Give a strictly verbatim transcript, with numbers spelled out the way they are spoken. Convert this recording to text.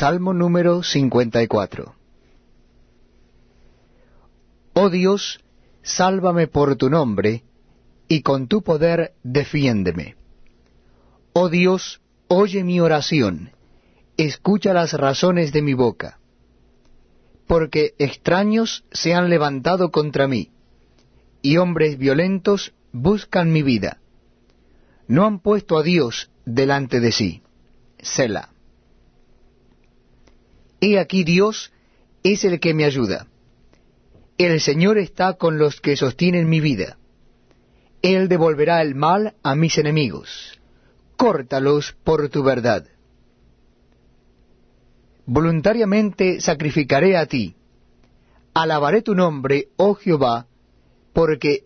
Salmo número cincuenta y cuatro. Oh Dios, sálvame por tu nombre, y con tu poder defiéndeme. Oh Dios, oye mi oración, escucha las razones de mi boca. Porque extraños se han levantado contra mí, y hombres violentos buscan mi vida. No han puesto a Dios delante de sí. Selah. He aquí Dios es el que me ayuda. El Señor está con los que sostienen mi vida. Él devolverá el mal a mis enemigos. Córtalos por tu verdad. Voluntariamente sacrificaré a ti. Alabaré tu nombre, oh Jehová, porque